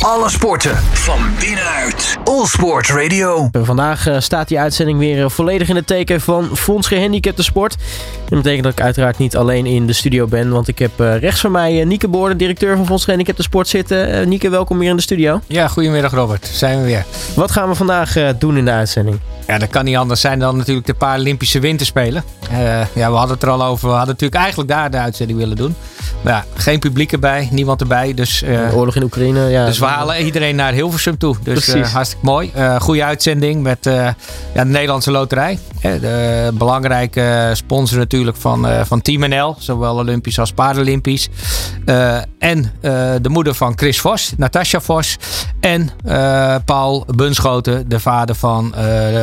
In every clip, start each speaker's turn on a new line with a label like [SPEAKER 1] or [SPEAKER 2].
[SPEAKER 1] Alle sporten van binnenuit. All Sport Radio.
[SPEAKER 2] Vandaag staat die uitzending weer volledig in het teken van Fonds Gehandicapten Sport. Dat betekent dat ik uiteraard niet alleen in de studio ben, want ik heb rechts van mij Nieke Boorden, directeur van Fonds Gehandicapten Sport zitten. Nieke, welkom hier in de studio.
[SPEAKER 3] Ja, goedemiddag Robert. Zijn we weer.
[SPEAKER 2] Wat gaan we vandaag doen in de uitzending?
[SPEAKER 3] Ja, dat kan niet anders zijn dan natuurlijk de Paralympische Winterspelen. We hadden het er al over. We hadden natuurlijk eigenlijk daar de uitzending willen doen. Maar ja, geen publiek erbij, niemand erbij. Dus,
[SPEAKER 2] oorlog in Oekraïne, ja.
[SPEAKER 3] Dus we halen iedereen naar Hilversum toe. Dus hartstikke mooi. Goede uitzending met de Nederlandse Loterij. De belangrijke sponsor natuurlijk van Team NL. Zowel Olympisch als Paralympisch. En de moeder van Chris Vos, Natasja Vos. En Paul Bunschoten, de vader van...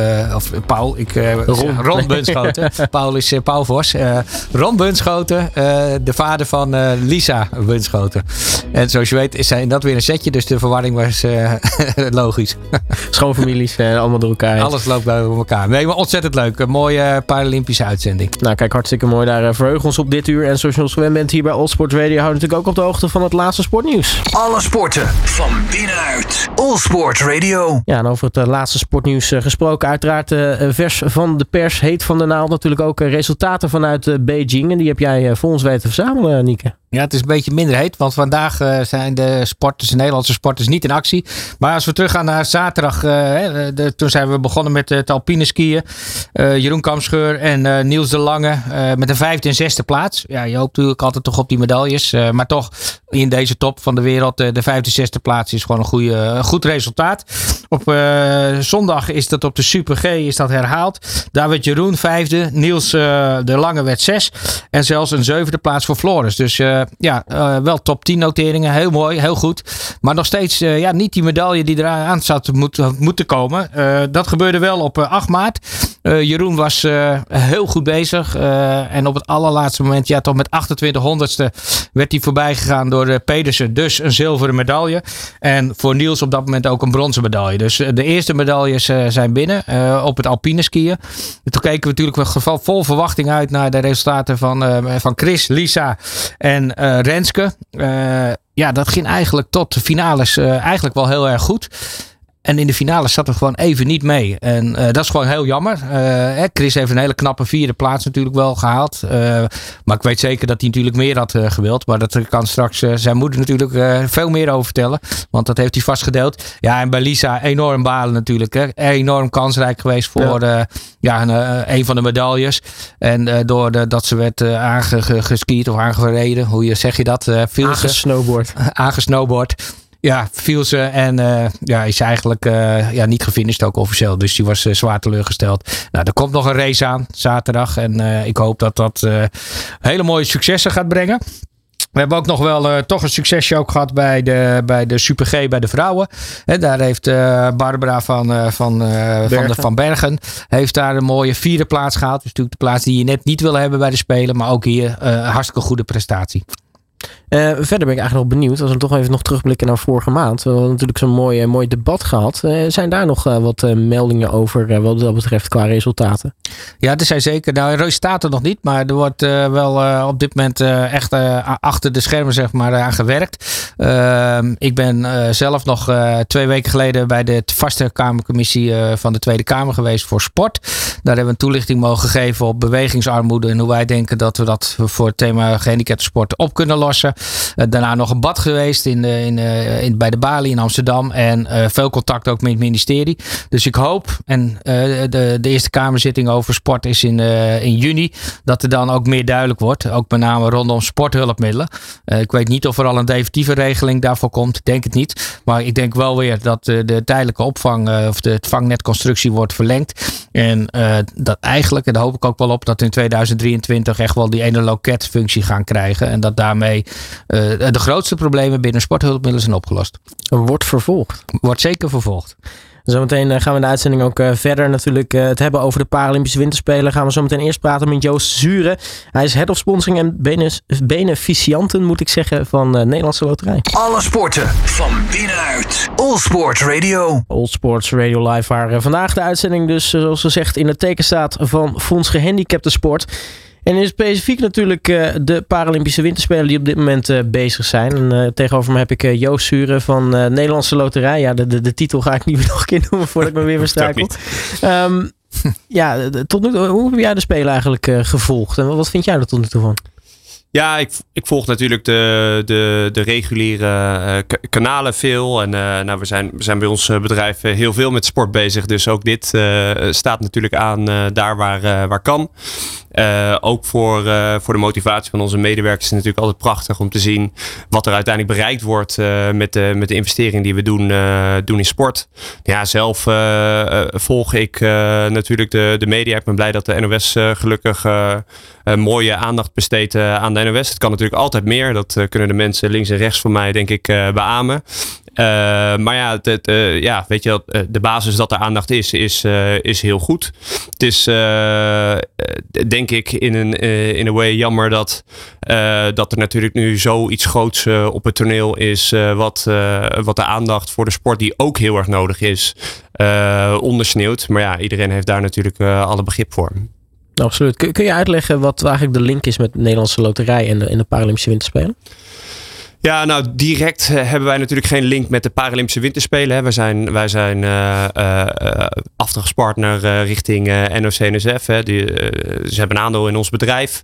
[SPEAKER 3] Ron Bunschoten. Paul is Paul Vos. Ron Bunschoten, de vader van Lisa Bunschoten. En zoals je weet is dat weer een setje, dus de verwarring was logisch.
[SPEAKER 2] Schoonfamilies, allemaal door elkaar.
[SPEAKER 3] Alles loopt bij elkaar. Nee, maar ontzettend leuk. Een mooie Paralympische uitzending.
[SPEAKER 2] Nou, kijk, hartstikke mooi. Daar verheugen ons op dit uur. En zoals je ons gewend bent hier bij All Sport Radio, houden we natuurlijk ook op de hoogte van het laatste sportnieuws.
[SPEAKER 1] Alle sporten van binnenuit. All Sport Radio.
[SPEAKER 2] Ja, en over het laatste sportnieuws gesproken. Uiteraard vers van de pers, heet van de naald. Natuurlijk ook resultaten vanuit Beijing. En die heb jij voor ons weten te verzamelen, Nieke.
[SPEAKER 3] Ja, het is een beetje minder heet, want vandaag zijn de Nederlandse sporters niet in actie. Maar als we teruggaan naar zaterdag, toen zijn we begonnen met het alpine skiën. Jeroen Kamscheur en Niels de Lange met de 5e en 6e plaats. Ja, je hoopt natuurlijk altijd toch op die medailles. Maar toch, in deze top van de wereld, de 5e en 6e plaats is gewoon een goed resultaat. Op zondag is dat op de Super G is dat herhaald. Daar werd Jeroen 5e, Niels de Lange werd 6. En zelfs een 7e plaats voor Floris. Dus wel top 10 noteringen. Heel mooi, heel goed. Maar nog steeds niet die medaille die eraan zat moeten komen. Dat gebeurde wel op 8 maart. Jeroen was heel goed bezig. En op het allerlaatste moment, toch met 2800ste werd hij voorbij gegaan door Pedersen. Dus een zilveren medaille. En voor Niels op dat moment ook een bronzen medaille. Dus de eerste medailles zijn binnen op het alpine skiën. Toen keken we natuurlijk vol verwachting uit naar de resultaten van Chris, Lisa en Renske. Dat ging eigenlijk tot de finales eigenlijk wel heel erg goed. En in de finale zat het gewoon even niet mee. En dat is gewoon heel jammer. Chris heeft een hele knappe 4e plaats natuurlijk wel gehaald. Maar ik weet zeker dat hij natuurlijk meer had gewild. Maar dat kan straks zijn moeder natuurlijk veel meer over vertellen. Want dat heeft hij vastgedeeld. Ja, en bij Lisa enorm balen natuurlijk. Enorm kansrijk geweest voor een van de medailles. En doordat ze werd aangeskiet of aangereden. Hoe zeg je dat? Aangesnowboard. Ja, viel ze en is eigenlijk niet gefinished ook officieel. Dus die was zwaar teleurgesteld. Nou, er komt nog een race aan zaterdag. En ik hoop dat hele mooie successen gaat brengen. We hebben ook nog wel toch een succesje ook gehad bij de Super G bij de vrouwen. Daar heeft Barbara van Bergen heeft daar een mooie 4e plaats gehaald. Dus natuurlijk de plaats die je net niet wil hebben bij de Spelen. Maar ook hier hartstikke goede prestatie.
[SPEAKER 2] Verder ben ik eigenlijk nog benieuwd, als we toch even nog terugblikken naar vorige maand. We hadden natuurlijk zo'n mooi debat gehad. Zijn daar nog wat meldingen over wat dat betreft qua resultaten?
[SPEAKER 3] Ja, er zijn zeker. Nou, resultaten nog niet, maar er wordt wel op dit moment echt achter de schermen zeg maar aan gewerkt. Ik ben zelf nog 2 weken geleden bij de vaste Kamercommissie van de Tweede Kamer geweest voor sport. Daar hebben we een toelichting mogen geven op bewegingsarmoede en hoe wij denken dat we dat voor het thema gehandicapte sport op kunnen lossen. Daarna nog een bad geweest bij de Bali in Amsterdam. En veel contact ook met het ministerie. Dus ik hoop, en de Eerste Kamerzitting over sport is in juni, dat er dan ook meer duidelijk wordt. Ook met name rondom sporthulpmiddelen. Ik weet niet of er al een definitieve regeling daarvoor komt. Denk het niet. Maar ik denk wel weer dat de tijdelijke opvang of de vangnetconstructie wordt verlengd. En dat eigenlijk, en daar hoop ik ook wel op, dat in 2023 echt wel die ene loketfunctie gaan krijgen. En dat daarmee de grootste problemen binnen sporthulpmiddelen zijn opgelost.
[SPEAKER 2] Wordt vervolgd.
[SPEAKER 3] Wordt zeker vervolgd.
[SPEAKER 2] Zometeen gaan we in de uitzending ook verder natuurlijk het hebben over de Paralympische Winterspelen. Gaan we zometeen eerst praten met Joost Zuren. Hij is Head of Sponsoring en beneficianten, moet ik zeggen, van Nederlandse Loterij.
[SPEAKER 1] Alle sporten van binnenuit. All Sport Radio.
[SPEAKER 2] All Sports Radio Live, waar vandaag de uitzending dus, zoals gezegd, in het teken staat van Fonds Gehandicapten Sport. En in specifiek natuurlijk de Paralympische Winterspelen die op dit moment bezig zijn. En tegenover me heb ik Joost Suren van Nederlandse Loterij. Ja, de titel ga ik niet meer nog een keer noemen voordat ik me weer verstruikel. Tot nu toe, hoe heb jij de Spelen eigenlijk gevolgd? En wat vind jij er tot nu toe van?
[SPEAKER 4] Ja, ik volg natuurlijk de reguliere kanalen veel. En we zijn bij ons bedrijf heel veel met sport bezig. Dus ook dit staat natuurlijk aan daar waar kan. Ook voor de motivatie van onze medewerkers is het natuurlijk altijd prachtig om te zien wat er uiteindelijk bereikt wordt met de investering die we doen in sport. Ja, zelf volg ik natuurlijk de media. Ik ben blij dat de NOS gelukkig mooie aandacht besteedt aan de NOS. Het kan natuurlijk altijd meer. Dat kunnen de mensen links en rechts van mij denk ik beamen. Maar ja, weet je, de basis dat er aandacht is heel goed. Het is denk ik in een way jammer dat er natuurlijk nu zoiets groots op het toneel is wat de aandacht voor de sport die ook heel erg nodig is ondersneeuwt. Maar ja, iedereen heeft daar natuurlijk alle begrip voor.
[SPEAKER 2] Absoluut. Kun je uitleggen wat eigenlijk de link is met de Nederlandse Loterij en de Paralympische Winterspelen?
[SPEAKER 4] Ja, nou direct hebben wij natuurlijk geen link met de Paralympische Winterspelen. Hè. Wij zijn afdragspartner richting NOC-NSF. Ze hebben een aandeel in ons bedrijf.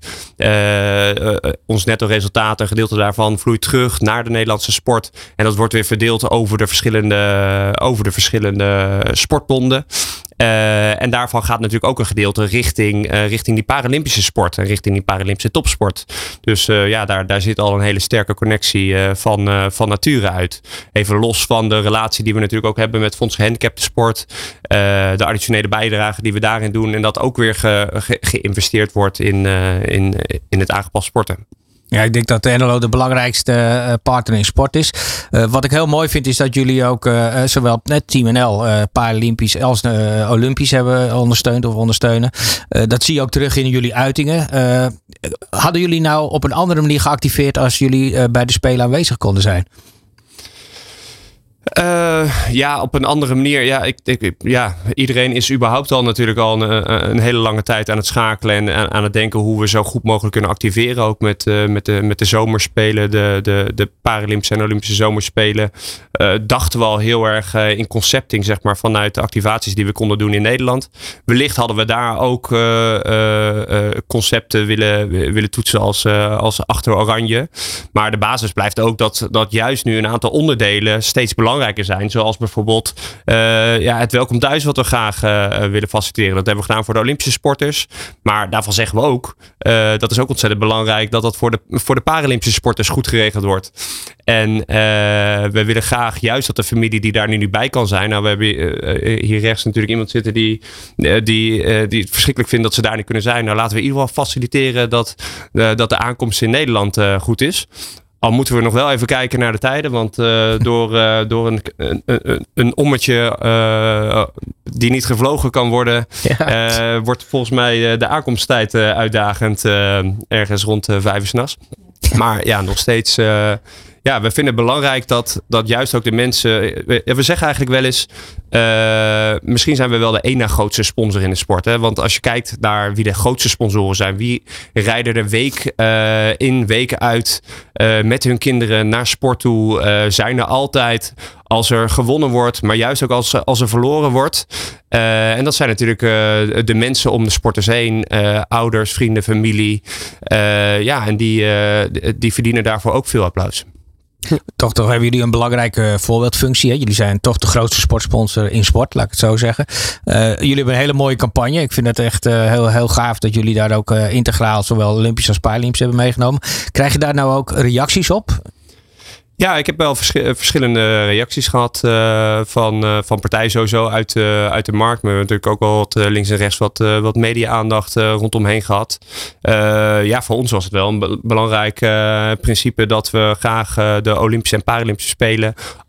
[SPEAKER 4] Ons netto resultaat, een gedeelte daarvan vloeit terug naar de Nederlandse sport. En dat wordt weer verdeeld over de verschillende sportbonden. En daarvan gaat natuurlijk ook een gedeelte richting die Paralympische sport en richting die Paralympische topsport. Dus daar zit al een hele sterke connectie van nature uit. Even los van de relatie die we natuurlijk ook hebben met Fonds Gehandicapten Sport. De additionele bijdrage die we daarin doen. En dat ook weer geïnvesteerd wordt in het aangepast sporten.
[SPEAKER 3] Ja, ik denk dat de NLO de belangrijkste partner in sport is. Wat ik heel mooi vind is dat jullie ook zowel net Team NL Paralympisch als Olympisch hebben ondersteund of ondersteunen. Dat zie je ook terug in jullie uitingen. Hadden jullie nou op een andere manier geactiveerd als jullie bij de Spelen aanwezig konden zijn? Op een andere manier. Ja, iedereen is überhaupt al natuurlijk al een hele lange tijd aan het schakelen en aan het denken hoe we zo goed mogelijk kunnen activeren. Ook met de zomerspelen, de Paralympische en Olympische zomerspelen. Dachten we al heel erg in concepting, zeg maar, vanuit de activaties die we konden doen in Nederland. Wellicht hadden we daar ook concepten willen toetsen als achter Oranje. Maar de basis blijft ook dat juist nu een aantal onderdelen steeds belangrijker zijn. Zoals bijvoorbeeld het welkom thuis wat we graag willen faciliteren. Dat hebben we gedaan voor de Olympische sporters. Maar daarvan zeggen we ook, dat is ook ontzettend belangrijk, dat dat voor de Paralympische sporters goed geregeld wordt. En we willen graag juist dat de familie die daar nu bij kan zijn. Nou, we hebben hier rechts natuurlijk iemand zitten die het verschrikkelijk vindt dat ze daar niet kunnen zijn. Nou, laten we in ieder geval faciliteren dat de aankomst in Nederland goed is. Al moeten we nog wel even kijken naar de tijden. Want door een ommetje die niet gevlogen kan worden. Ja. Wordt volgens mij de aankomsttijd uitdagend. Ergens rond 5 uur 's nachts. Maar ja, nog steeds. We vinden het belangrijk dat juist ook de mensen. We zeggen eigenlijk wel eens. Misschien zijn we wel de één na grootste sponsor in de sport. Hè? Want als je kijkt naar wie de grootste sponsoren zijn. Wie rijden er week in, week uit met hun kinderen naar sport toe. Zijn er altijd als er gewonnen wordt. Maar juist ook als er verloren wordt. En dat zijn natuurlijk de mensen om de sporters heen. Ouders, vrienden, familie. En die verdienen daarvoor ook veel applaus. Toch hebben jullie een belangrijke voorbeeldfunctie. Hè? Jullie zijn toch de grootste sportsponsor in sport, laat ik het zo zeggen. Jullie hebben een hele mooie campagne. Ik vind het echt heel, heel gaaf dat jullie daar ook integraal zowel Olympisch als Paralympisch hebben meegenomen. Krijg je daar nou ook reacties op?
[SPEAKER 4] Ja, ik heb wel verschillende reacties gehad van partijen sowieso uit de markt. Maar we hebben natuurlijk ook wel wat links en rechts wat media-aandacht rondomheen gehad. Voor ons was het wel een belangrijk principe dat we graag de Olympische en Paralympische Spelen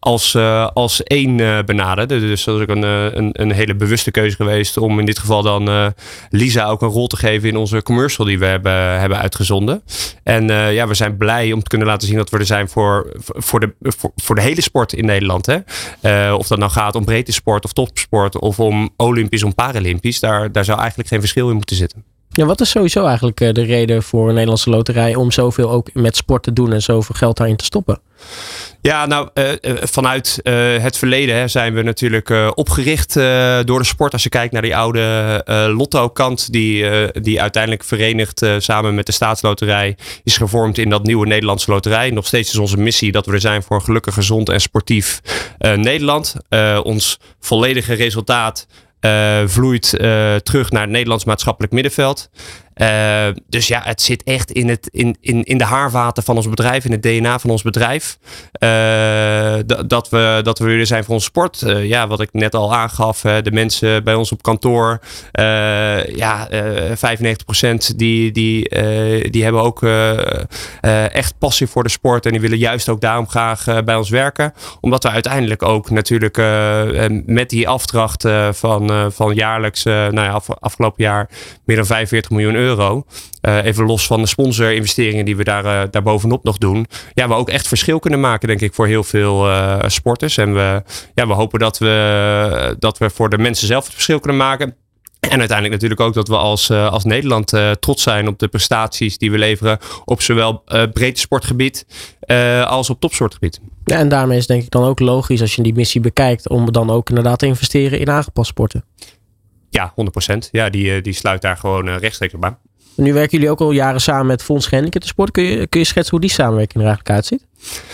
[SPEAKER 4] als één benaderen. Dus dat is ook een hele bewuste keuze geweest om in dit geval dan Lisa ook een rol te geven in onze commercial die we hebben uitgezonden. En we zijn blij om te kunnen laten zien dat we er zijn voor de hele sport in Nederland. Hè? Of dat nou gaat om breedte sport of topsport of om Olympisch of Paralympisch. Daar zou eigenlijk geen verschil in moeten zitten.
[SPEAKER 2] Ja, wat is sowieso eigenlijk de reden voor een Nederlandse loterij om zoveel ook met sport te doen en zoveel geld daarin te stoppen?
[SPEAKER 4] Ja, nou, vanuit het verleden zijn we natuurlijk opgericht door de sport. Als je kijkt naar die oude Lotto-kant die uiteindelijk verenigd samen met de Staatsloterij is gevormd in dat nieuwe Nederlandse loterij. Nog steeds is onze missie dat we er zijn voor een gelukkig, gezond en sportief Nederland. Ons volledige resultaat vloeit terug naar het Nederlands maatschappelijk middenveld. Dus ja, het zit echt in de haarvaten van ons bedrijf, in het DNA van ons bedrijf. Dat we er zijn voor onze sport. Wat ik net al aangaf, de mensen bij ons op kantoor. 95% die hebben ook echt passie voor de sport. En die willen juist ook daarom graag bij ons werken. Omdat we uiteindelijk ook natuurlijk met die afdracht van jaarlijks, afgelopen jaar meer dan 45 miljoen euro. Even los van de sponsorinvesteringen die we daar bovenop nog doen. Ja, we ook echt verschil kunnen maken, denk ik, voor heel veel sporters. En we hopen dat we voor de mensen zelf het verschil kunnen maken. En uiteindelijk natuurlijk ook dat we als Nederland trots zijn op de prestaties die we leveren op zowel breedte sportgebied als op topsportgebied.
[SPEAKER 2] Ja, en daarmee is denk ik dan ook logisch als je die missie bekijkt om dan ook inderdaad te investeren in aangepast sporten.
[SPEAKER 4] Ja, 100%. Ja, die sluit daar gewoon rechtstreeks op aan.
[SPEAKER 2] Nu werken jullie ook al jaren samen met Fonds Gehandicapten Sport. Kun je schetsen hoe die samenwerking er eigenlijk uitziet?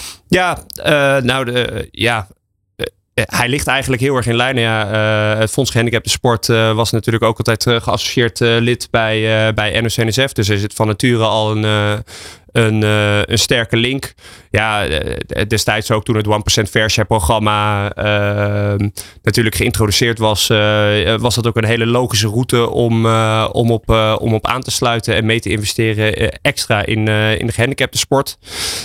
[SPEAKER 2] Ja, hij ligt eigenlijk heel erg in lijn. Het Fonds Gehandicapten Sport was natuurlijk ook altijd geassocieerd lid bij NOC-NSF. Dus er zit van nature al een sterke link. Ja, destijds ook toen het 1% Fair Share programma natuurlijk geïntroduceerd was, was dat ook een hele logische route om op aan te sluiten en mee te investeren extra in de gehandicapten sport.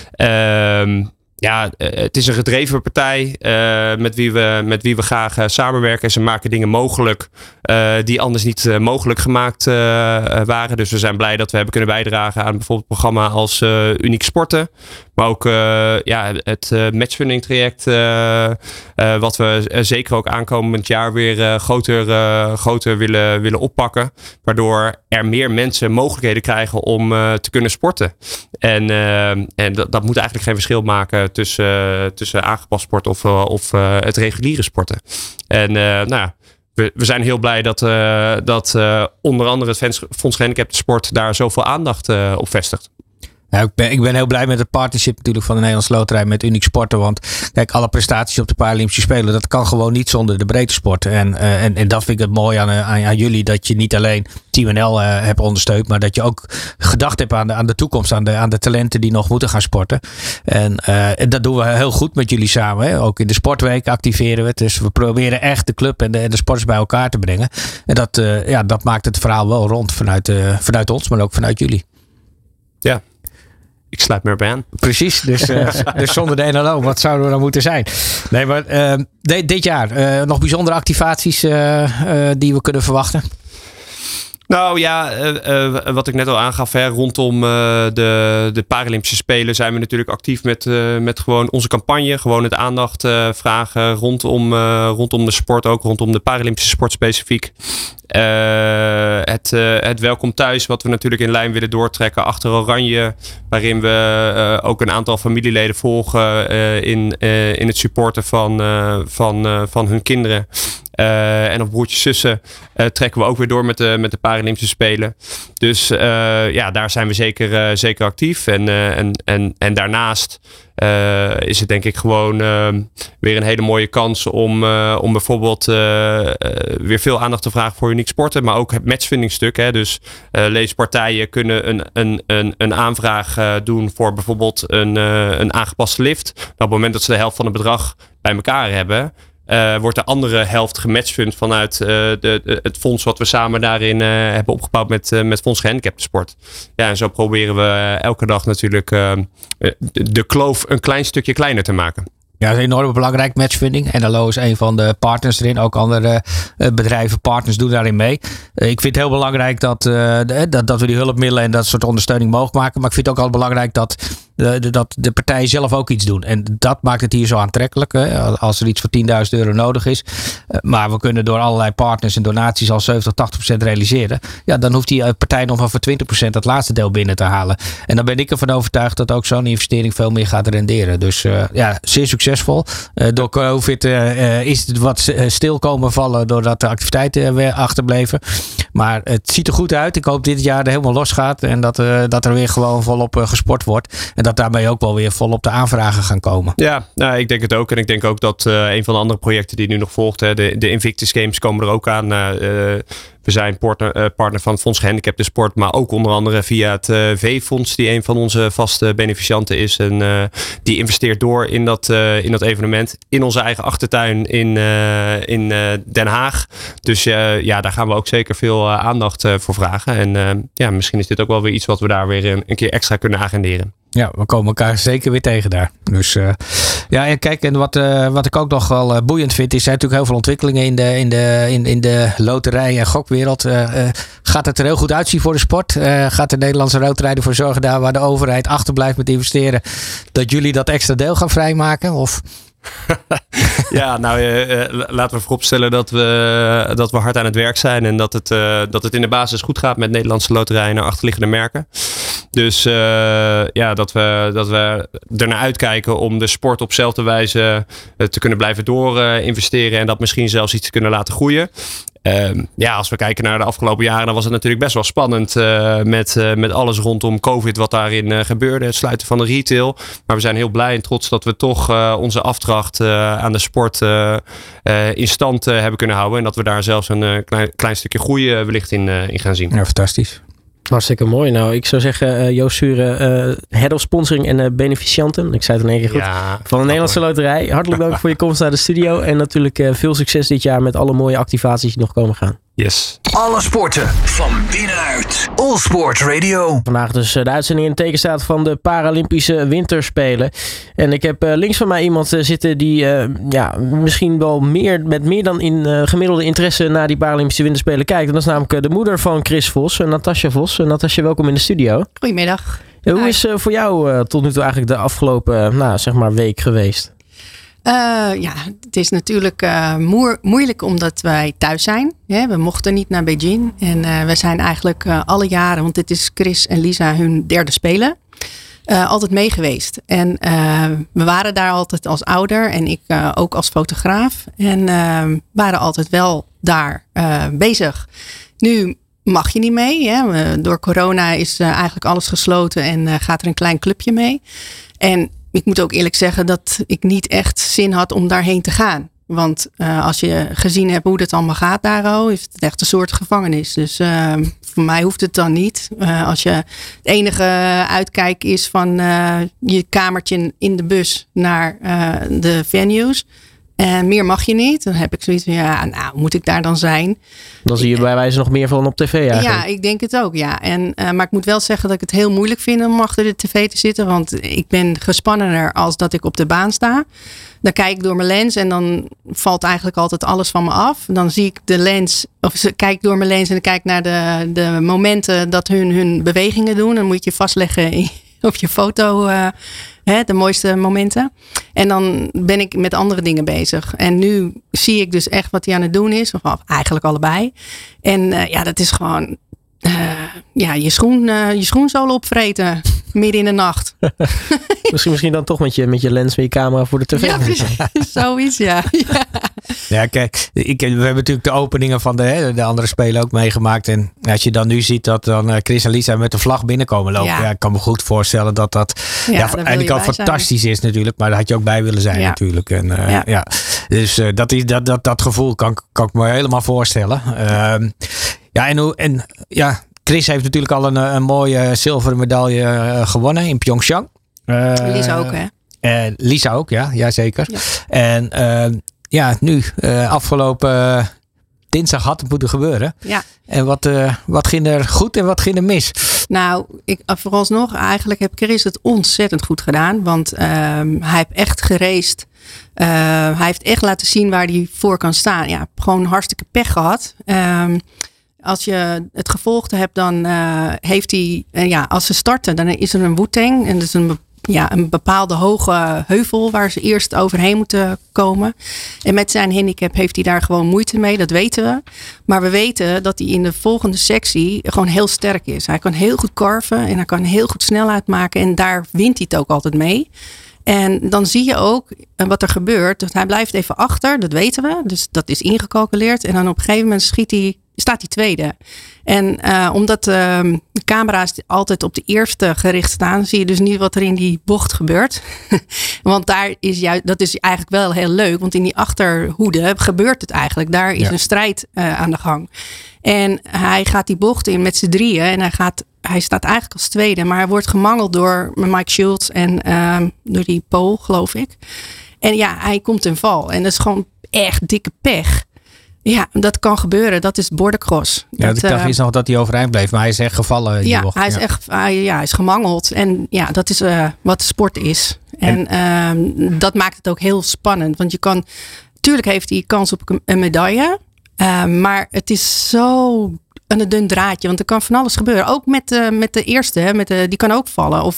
[SPEAKER 2] Het is een gedreven partij met wie we graag samenwerken. Ze maken dingen mogelijk die anders niet mogelijk gemaakt waren. Dus we zijn blij dat we hebben kunnen bijdragen aan bijvoorbeeld een programma als Uniek Sporten. Maar ook het matchfunding traject wat we zeker ook aankomend jaar weer groter willen oppakken. Waardoor er meer mensen mogelijkheden krijgen om te kunnen sporten. En dat moet eigenlijk geen verschil maken tussen aangepast sport of het reguliere sporten. En we zijn heel blij dat onder andere het Fonds Gehandicapten Sport daar zoveel aandacht op vestigt.
[SPEAKER 3] Ja, ik ben heel blij met het partnership natuurlijk van de Nederlandse Loterij met Uniek Sporten. Want kijk, alle prestaties op de Paralympische Spelen, dat kan gewoon niet zonder de breedte sport. En dat vind ik het mooi aan jullie. Dat je niet alleen Team NL hebt ondersteund, maar dat je ook gedacht hebt aan de toekomst. Aan de talenten die nog moeten gaan sporten. En dat doen we heel goed met jullie samen. Hè. Ook in de sportweek activeren we het. Dus we proberen echt de club en de sporters bij elkaar te brengen. En dat maakt het verhaal wel rond vanuit ons, maar ook vanuit jullie.
[SPEAKER 4] Ja. Ik sluit me erbij aan.
[SPEAKER 3] Precies, dus zonder de NLO, wat zouden we dan moeten zijn? Nee, maar dit jaar nog bijzondere activaties die we kunnen verwachten?
[SPEAKER 4] Nou ja, wat ik net al aangaf, rondom de Paralympische Spelen zijn we natuurlijk actief met gewoon onze campagne. Gewoon het aandacht vragen rondom de sport, ook rondom de Paralympische sport specifiek. Het welkom thuis, wat we natuurlijk in lijn willen doortrekken achter Oranje. Waarin we ook een aantal familieleden volgen in het supporten van hun kinderen. En of broertjes, zussen trekken we ook weer door met de Paralympische Spelen. Dus daar zijn we zeker actief. En daarnaast is het denk ik gewoon weer een hele mooie kans om bijvoorbeeld weer veel aandacht te vragen voor Uniek Sporten. Maar ook het matchfunding stuk. Hè. Dus leespartijen kunnen een aanvraag doen voor bijvoorbeeld een aangepaste lift. Nou, op het moment dat ze de helft van het bedrag bij elkaar hebben, wordt de andere helft gematchfund vanuit het fonds wat we samen daarin hebben opgebouwd met Fonds Gehandicapten Sport. Ja, en zo proberen we elke dag natuurlijk de kloof een klein stukje kleiner te maken.
[SPEAKER 3] Ja, dat is enorm belangrijk, matchfunding. NLO is een van de partners erin. Ook andere bedrijven, partners doen daarin mee. Ik vind het heel belangrijk dat we die hulpmiddelen en dat soort ondersteuning mogelijk maken. Maar ik vind het ook al belangrijk dat dat de partijen zelf ook iets doen. En dat maakt het hier zo aantrekkelijk. Hè, als er iets voor €10.000 nodig is. Maar we kunnen door allerlei partners en donaties al 70-80% realiseren. Ja, dan hoeft die partij nog maar voor 20% het laatste deel binnen te halen. En dan ben ik ervan overtuigd dat ook zo'n investering veel meer gaat renderen. Dus zeer succesvol. Door COVID is het wat stil komen vallen doordat de activiteiten weer achterbleven. Maar het ziet er goed uit. Ik hoop dit jaar er helemaal los gaat. En dat er weer gewoon volop gesport wordt. En dat daarmee ook wel weer volop de aanvragen gaan komen.
[SPEAKER 4] Ja, nou, ik denk het ook. En ik denk ook dat een van de andere projecten die nu nog volgt. De Invictus Games komen er ook aan. We zijn partner van het Fonds Gehandicapten Sport. Maar ook onder andere via het V-fonds. Die een van onze vaste beneficianten is. En die investeert door in dat evenement. In onze eigen achtertuin in Den Haag. Dus daar gaan we ook zeker veel aandacht voor vragen. En misschien is dit ook wel weer iets wat we daar weer een keer extra kunnen agenderen.
[SPEAKER 3] Ja, we komen elkaar zeker weer tegen daar. Dus en kijk, en wat ik ook nog wel boeiend vind, is natuurlijk heel veel ontwikkelingen in de loterij- en gokwereld. Gaat het er heel goed uitzien voor de sport? Gaat de Nederlandse Loterij ervoor zorgen, daar waar de overheid achterblijft met investeren, dat jullie dat extra deel gaan vrijmaken? Of...
[SPEAKER 4] Ja, laten we vooropstellen dat we hard aan het werk zijn. En dat het in de basis goed gaat met Nederlandse loterijen naar achterliggende merken. Dus dat we ernaar uitkijken om de sport op dezelfde wijze te kunnen blijven investeren. En dat misschien zelfs iets te kunnen laten groeien. Als we kijken naar de afgelopen jaren, dan was het natuurlijk best wel spannend met alles rondom COVID wat daarin gebeurde. Het sluiten van de retail. Maar we zijn heel blij en trots dat we toch onze afdracht aan de sport in stand hebben kunnen houden. En dat we daar zelfs een klein stukje groei wellicht in gaan zien.
[SPEAKER 3] Ja, fantastisch.
[SPEAKER 2] Hartstikke mooi. Nou, ik zou zeggen, Joost Schuren, Head of Sponsoring en beneficianten. Ik zei het in één keer goed. Ja, van de Nederlandse Loterij. Hartelijk dank voor je komst naar de studio. En natuurlijk veel succes dit jaar met alle mooie activaties die nog komen gaan.
[SPEAKER 4] Yes.
[SPEAKER 1] Alle sporten van binnenuit. All Sport Radio.
[SPEAKER 2] Vandaag dus de uitzending in het teken staat van de Paralympische Winterspelen. En ik heb links van mij iemand zitten die misschien wel met meer dan gemiddelde interesse naar die Paralympische Winterspelen kijkt. En dat is namelijk de moeder van Chris Vos, Natasja Vos. Natasja, welkom in de studio.
[SPEAKER 5] Goedemiddag.
[SPEAKER 2] Hoe is voor jou tot nu toe eigenlijk de afgelopen week geweest?
[SPEAKER 5] Het is natuurlijk moeilijk omdat wij thuis zijn. We mochten niet naar Beijing. En we zijn eigenlijk alle jaren, want dit is Chris en Lisa hun derde Spelen, altijd mee geweest. En we waren daar altijd als ouder en ik ook als fotograaf. En waren altijd wel daar bezig. Nu mag je niet mee. Hè? Door corona is eigenlijk alles gesloten en gaat er een klein clubje mee. En ik moet ook eerlijk zeggen dat ik niet echt zin had om daarheen te gaan. Want als je gezien hebt hoe het allemaal gaat daar, is het echt een soort gevangenis. Dus voor mij hoeft het dan niet. Als je het enige uitkijk is van je kamertje in de bus naar de venues. En meer mag je niet. Dan heb ik zoiets van, moet ik daar dan zijn?
[SPEAKER 2] Dan zie je bij wijze nog meer van op tv eigenlijk.
[SPEAKER 5] Ja, ik denk het ook, ja. Maar ik moet wel zeggen dat ik het heel moeilijk vind om achter de tv te zitten. Want ik ben gespannener als dat ik op de baan sta. Dan kijk ik door mijn lens en dan valt eigenlijk altijd alles van me af. Dan zie ik de lens, kijk door mijn lens en kijk naar de momenten dat hun bewegingen doen. Dan moet je vastleggen op je foto de mooiste momenten. En dan ben ik met andere dingen bezig. En nu zie ik dus echt wat hij aan het doen is. Of eigenlijk allebei. En dat is gewoon je schoenzolen opvreten. Midden in de nacht.
[SPEAKER 2] Misschien dan toch met je lens, met je camera voor de tv.
[SPEAKER 5] Ja, zoiets, ja.
[SPEAKER 3] Ja, kijk, we hebben natuurlijk de openingen van de andere spelen ook meegemaakt. En als je dan nu ziet dat dan Chris en Lisa met de vlag binnenkomen lopen. Ja. Ik kan me goed voorstellen dat eigenlijk al fantastisch is natuurlijk. Maar daar had je ook bij willen zijn natuurlijk. En, Dus dat gevoel kan ik me helemaal voorstellen. Chris heeft natuurlijk al een mooie zilveren medaille gewonnen in Pyeongchang.
[SPEAKER 5] Lisa ook, hè?
[SPEAKER 3] Lisa ook, ja zeker. Ja. En nu, afgelopen dinsdag had het moeten gebeuren. Ja. En wat ging er goed en wat ging er mis?
[SPEAKER 5] Nou, vooralsnog eigenlijk heb Chris het ontzettend goed gedaan. Want hij heeft echt geraced. Hij heeft echt laten zien waar hij voor kan staan. Ja, gewoon hartstikke pech gehad. Als je het gevolgd hebt, dan heeft hij... als ze starten, dan is er een Wu-Tang. En dat is een een bepaalde hoge heuvel waar ze eerst overheen moeten komen. En met zijn handicap heeft hij daar gewoon moeite mee, dat weten we. Maar we weten dat hij in de volgende sectie gewoon heel sterk is. Hij kan heel goed carven en hij kan heel goed snelheid maken. En daar wint hij het ook altijd mee. En dan zie je ook wat er gebeurt. Hij blijft even achter, dat weten we. Dus dat is ingecalculeerd. En dan op een gegeven moment staat hij tweede. En omdat de camera's altijd op de eerste gericht staan, zie je dus niet wat er in die bocht gebeurt. Want dat is eigenlijk wel heel leuk. Want in die achterhoede gebeurt het eigenlijk. Daar is een strijd aan de gang. En hij gaat die bocht in met z'n drieën. En hij staat eigenlijk als tweede. Maar hij wordt gemangeld door Mike Schultz en door die Pool, geloof ik. En hij komt in val. En dat is gewoon echt dikke pech. Ja, dat kan gebeuren. Dat is bordercross.
[SPEAKER 3] Ja, ik dacht eerst nog dat hij overeind bleef. Maar hij is echt gevallen in die bocht.
[SPEAKER 5] Hij is gemangeld. En dat is wat de sport is. En dat maakt het ook heel spannend. Want tuurlijk heeft hij kans op een medaille. Maar het is zo een dun draadje. Want er kan van alles gebeuren. Ook met de eerste. Die kan ook vallen.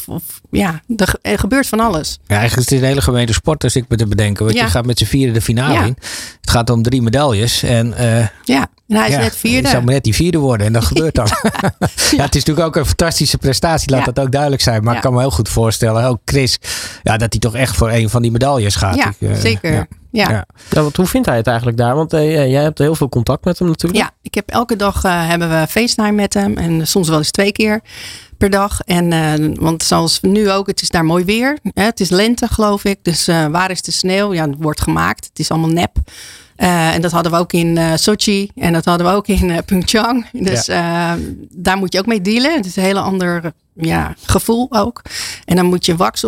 [SPEAKER 5] Er gebeurt van alles.
[SPEAKER 3] Ja, eigenlijk is het een hele gemene sport. Dus ik me te bedenken. Want je gaat met z'n vieren de finale in. Het gaat om 3 medailles. En
[SPEAKER 5] hij is net vierde.
[SPEAKER 3] Hij zou maar net die vierde worden. En dat gebeurt dan. Het is natuurlijk ook een fantastische prestatie. Laat dat ook duidelijk zijn. Maar ik kan me heel goed voorstellen. Ook Chris. Ja, dat hij toch echt voor een van die medailles gaat.
[SPEAKER 5] Ja, zeker. Ja,
[SPEAKER 2] want hoe vindt hij het eigenlijk daar? Want jij hebt heel veel contact met hem natuurlijk.
[SPEAKER 5] Ja, ik heb elke dag hebben we FaceTime met hem. En soms wel eens 2 keer per dag. En want zoals nu ook, het is daar mooi weer. Het is lente, geloof ik. Dus waar is de sneeuw? Ja, het wordt gemaakt. Het is allemaal nep. En dat hadden we ook in Sochi. En dat hadden we ook in Pyeongchang. Dus daar moet je ook mee dealen. Het is een hele ander gevoel ook. En dan moet je wax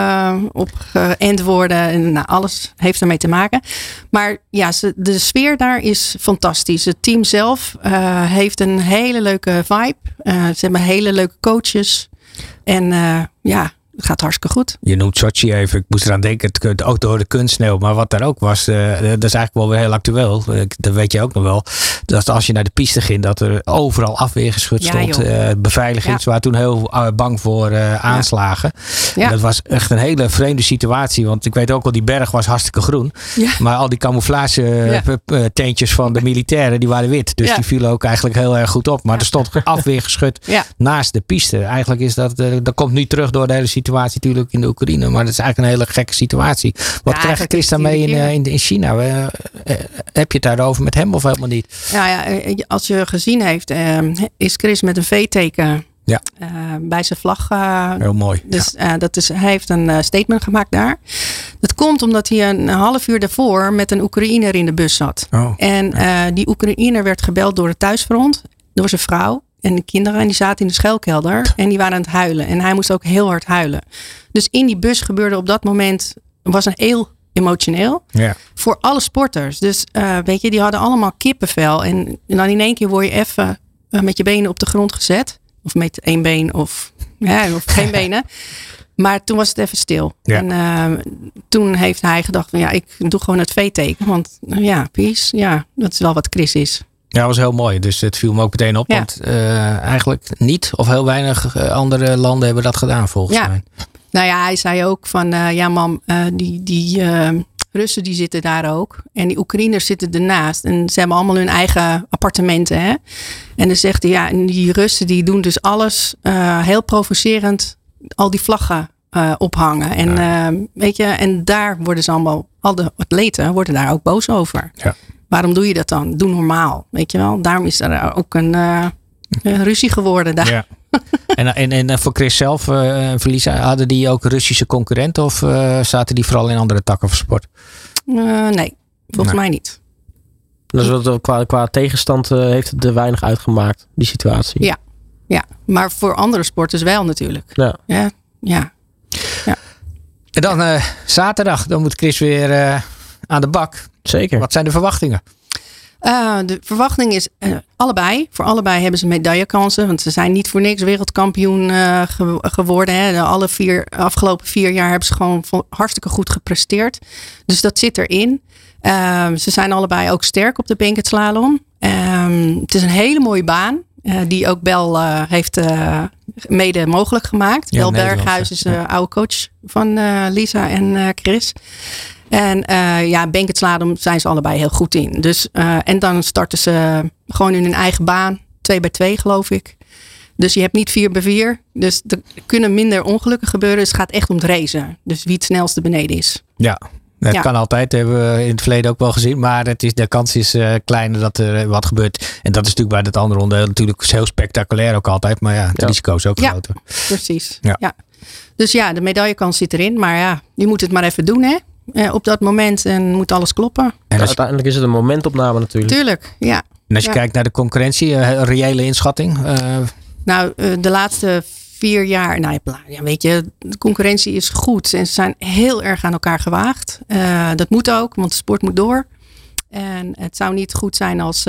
[SPEAKER 5] opgeënt worden. En alles heeft ermee te maken. Maar de sfeer daar is fantastisch. Het team zelf heeft een hele leuke vibe. Ze hebben hele leuke coaches. En het gaat hartstikke goed.
[SPEAKER 3] Je noemt Sochi even. Ik moest eraan denken. Ook door de kunstsneeuw. Maar wat daar ook was. Dat is eigenlijk wel weer heel actueel. Dat weet je ook nog wel. Dat als je naar de piste ging. Dat er overal afweergeschut stond. Beveiliging. Ze waren toen heel bang voor aanslagen. Ja. En dat was echt een hele vreemde situatie. Want ik weet ook al. Die berg was hartstikke groen. Ja. Maar al die camouflage tentjes van de militairen. Die waren wit. Dus die vielen ook eigenlijk heel erg goed op. Maar er stond afweergeschut naast de piste. Eigenlijk is dat komt nu terug door de hele situatie natuurlijk in de Oekraïne. Maar dat is eigenlijk een hele gekke situatie. Wat krijgt Chris daarmee in China? Heb je het daarover met hem of helemaal niet?
[SPEAKER 5] Als je gezien heeft, is Chris met een V-teken bij zijn vlag.
[SPEAKER 3] Heel mooi.
[SPEAKER 5] Dus hij heeft een statement gemaakt daar. Dat komt omdat hij een half uur daarvoor met een Oekraïner in de bus zat. En die Oekraïner werd gebeld door het thuisfront, door zijn vrouw. En de kinderen, en die zaten in de schuilkelder. En die waren aan het huilen. En hij moest ook heel hard huilen. Dus in die bus gebeurde op dat moment, was een heel emotioneel. Ja. Voor alle sporters. Dus die hadden allemaal kippenvel. En dan in één keer word je even met je benen op de grond gezet. Of met 1 been of geen benen. Maar toen was het even stil. Ja. En toen heeft hij gedacht van ik doe gewoon het V-teken. Want peace, dat is wel wat Chris is.
[SPEAKER 3] Ja, dat was heel mooi. Dus het viel me ook meteen op. Ja. Want eigenlijk niet of heel weinig andere landen hebben dat gedaan volgens mij.
[SPEAKER 5] Nou ja, hij zei ook van mam, die Russen die zitten daar ook. En die Oekraïners zitten ernaast. En ze hebben allemaal hun eigen appartementen. Hè? En dan zegt hij, en die Russen die doen dus alles heel provocerend. Al die vlaggen ophangen. En en daar worden ze allemaal, al de atleten worden daar ook boos over. Ja. Waarom doe je dat dan? Doe normaal, weet je wel. Daarom is er ook een ruzie geworden daar. Ja.
[SPEAKER 3] En voor Chris zelf, Felisa, hadden die ook Russische concurrenten of zaten die vooral in andere takken van sport?
[SPEAKER 5] Nee, volgens mij niet.
[SPEAKER 2] Dus qua tegenstand heeft het er weinig uitgemaakt, die situatie.
[SPEAKER 5] Ja, maar voor andere sporters wel natuurlijk. Ja.
[SPEAKER 3] En dan zaterdag, dan moet Chris weer aan de bak.
[SPEAKER 2] Zeker.
[SPEAKER 3] Wat zijn de verwachtingen?
[SPEAKER 5] De verwachting is allebei. Voor allebei hebben ze medaillekansen. Want ze zijn niet voor niks wereldkampioen geworden. Hè. Afgelopen 4 jaar hebben ze gewoon hartstikke goed gepresteerd. Dus dat zit erin. Ze zijn allebei ook sterk op de bankslalom. Het is een hele mooie baan. Die ook Bel heeft mede mogelijk gemaakt.
[SPEAKER 3] Ja,
[SPEAKER 5] Bel
[SPEAKER 3] Nederlands,
[SPEAKER 5] Berghuis is de oude coach van Lisa en Chris. En banketslalom zijn ze allebei heel goed in. Dus, en dan starten ze gewoon in hun eigen baan. 2x2 geloof ik. Dus je hebt niet 4x4. Dus er kunnen minder ongelukken gebeuren. Dus het gaat echt om het racen. Dus wie het snelste beneden is.
[SPEAKER 3] Ja. Het kan altijd, hebben we in het verleden ook wel gezien. Maar de kans is kleiner dat er wat gebeurt. En dat is natuurlijk bij het andere onderdeel natuurlijk heel spectaculair ook altijd. Maar het risico is ook groter.
[SPEAKER 5] Precies.
[SPEAKER 3] Ja.
[SPEAKER 5] Ja. Dus de medaillekans zit erin. Maar je moet het maar even doen op dat moment. En moet alles kloppen.
[SPEAKER 3] En
[SPEAKER 2] uiteindelijk is het een momentopname natuurlijk.
[SPEAKER 5] Tuurlijk, ja.
[SPEAKER 3] En als je kijkt naar de concurrentie, een reële inschatting?
[SPEAKER 5] De laatste 4 jaar, weet je, de concurrentie is goed. En ze zijn heel erg aan elkaar gewaagd. Dat moet ook, want de sport moet door. En het zou niet goed zijn als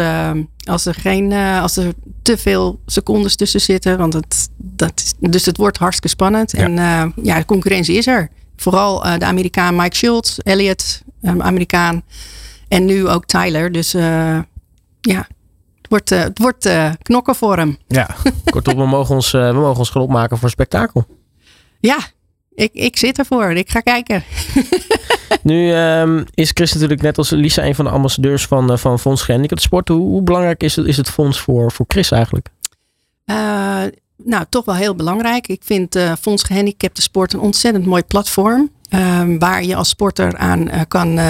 [SPEAKER 5] er te veel secondes tussen zitten. Want dus het wordt hartstikke spannend. Ja. En de concurrentie is er. Vooral de Amerikaan Mike Schultz, Elliot, Amerikaan. En nu ook Tyler. Dus het wordt knokken voor hem.
[SPEAKER 2] Ja, kortom, we mogen ons gaan opmaken voor spektakel.
[SPEAKER 5] Ja, ik zit ervoor. Ik ga kijken.
[SPEAKER 2] Nu is Chris natuurlijk net als Lisa een van de ambassadeurs van Fonds Gehandicapten Sport. Hoe belangrijk is het fonds voor Chris eigenlijk?
[SPEAKER 5] Toch wel heel belangrijk. Ik vind Fonds Gehandicapten Sport een ontzettend mooi platform. Waar je als sporter aan kan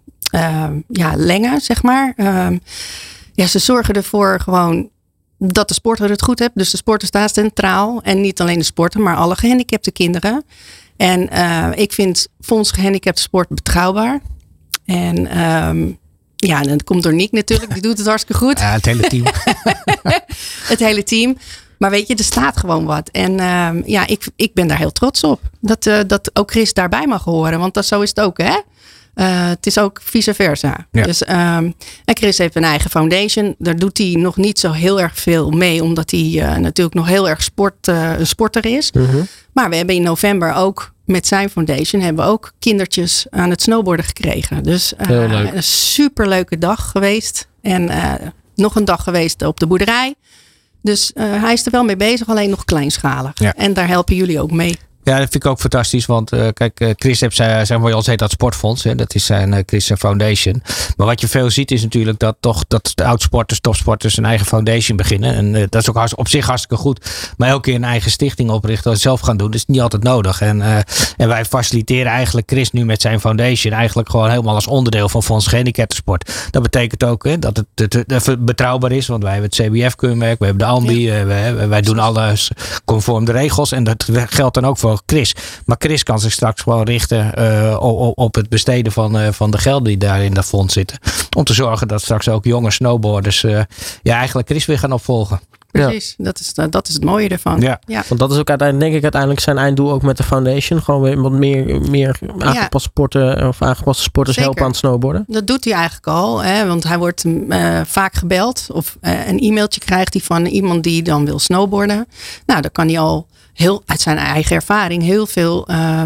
[SPEAKER 5] lengen, zeg maar. Ze zorgen ervoor gewoon dat de sporter het goed heeft. Dus de sporter staat centraal. En niet alleen de sporter, maar alle gehandicapte kinderen. En ik vind Fonds Gehandicapten Sport betrouwbaar. En dat komt door Nick natuurlijk. Die doet het hartstikke goed.
[SPEAKER 3] Ja, het hele team.
[SPEAKER 5] Het hele team. Maar weet je, er staat gewoon wat. En ik ben daar heel trots op. Dat ook Chris daarbij mag horen. Want zo is het ook, hè? Het is ook vice versa. Ja. Dus, en Chris heeft een eigen foundation. Daar doet hij nog niet zo heel erg veel mee. Omdat hij natuurlijk nog heel erg een sporter is. Mm-hmm. Maar we hebben in november ook met zijn foundation... hebben we ook kindertjes aan het snowboarden gekregen. Dus een superleuke dag geweest. En nog een dag geweest op de boerderij. Dus hij is er wel mee bezig. Alleen nog kleinschalig. Ja. En daar helpen jullie ook mee.
[SPEAKER 3] Ja, dat vind ik ook fantastisch. Want Chris heeft zijn bij ons heet dat sportfonds. Hè? Dat is zijn Chris Foundation. Maar wat je veel ziet is natuurlijk dat de oudsporters, topsporters een eigen foundation beginnen. En dat is ook op zich hartstikke goed. Maar elke keer een eigen stichting oprichten, dat zelf gaan doen, dat is niet altijd nodig. En wij faciliteren eigenlijk Chris nu met zijn foundation eigenlijk gewoon helemaal als onderdeel van Fonds Gehandicapten Sport. Dat betekent ook dat het betrouwbaar is. Want wij hebben het CBF-keurmerk, we hebben de AMBI, wij doen alles conform de regels. En dat geldt dan ook voor Chris. Maar Chris kan zich straks gewoon richten op het besteden van de gelden die daar in dat fonds zitten. Om te zorgen dat straks ook jonge snowboarders eigenlijk Chris weer gaan opvolgen.
[SPEAKER 5] Precies, ja. Dat is het mooie ervan.
[SPEAKER 2] Ja. Ja. Want dat is ook uiteindelijk zijn einddoel ook met de foundation. Gewoon weer wat meer aangepaste sporten of aangepaste sporters Zeker. Helpen aan het snowboarden.
[SPEAKER 5] Dat doet hij eigenlijk al. Want hij wordt vaak gebeld. Of een e-mailtje krijgt hij van iemand die dan wil snowboarden. Nou, dan kan hij al uit zijn eigen ervaring heel veel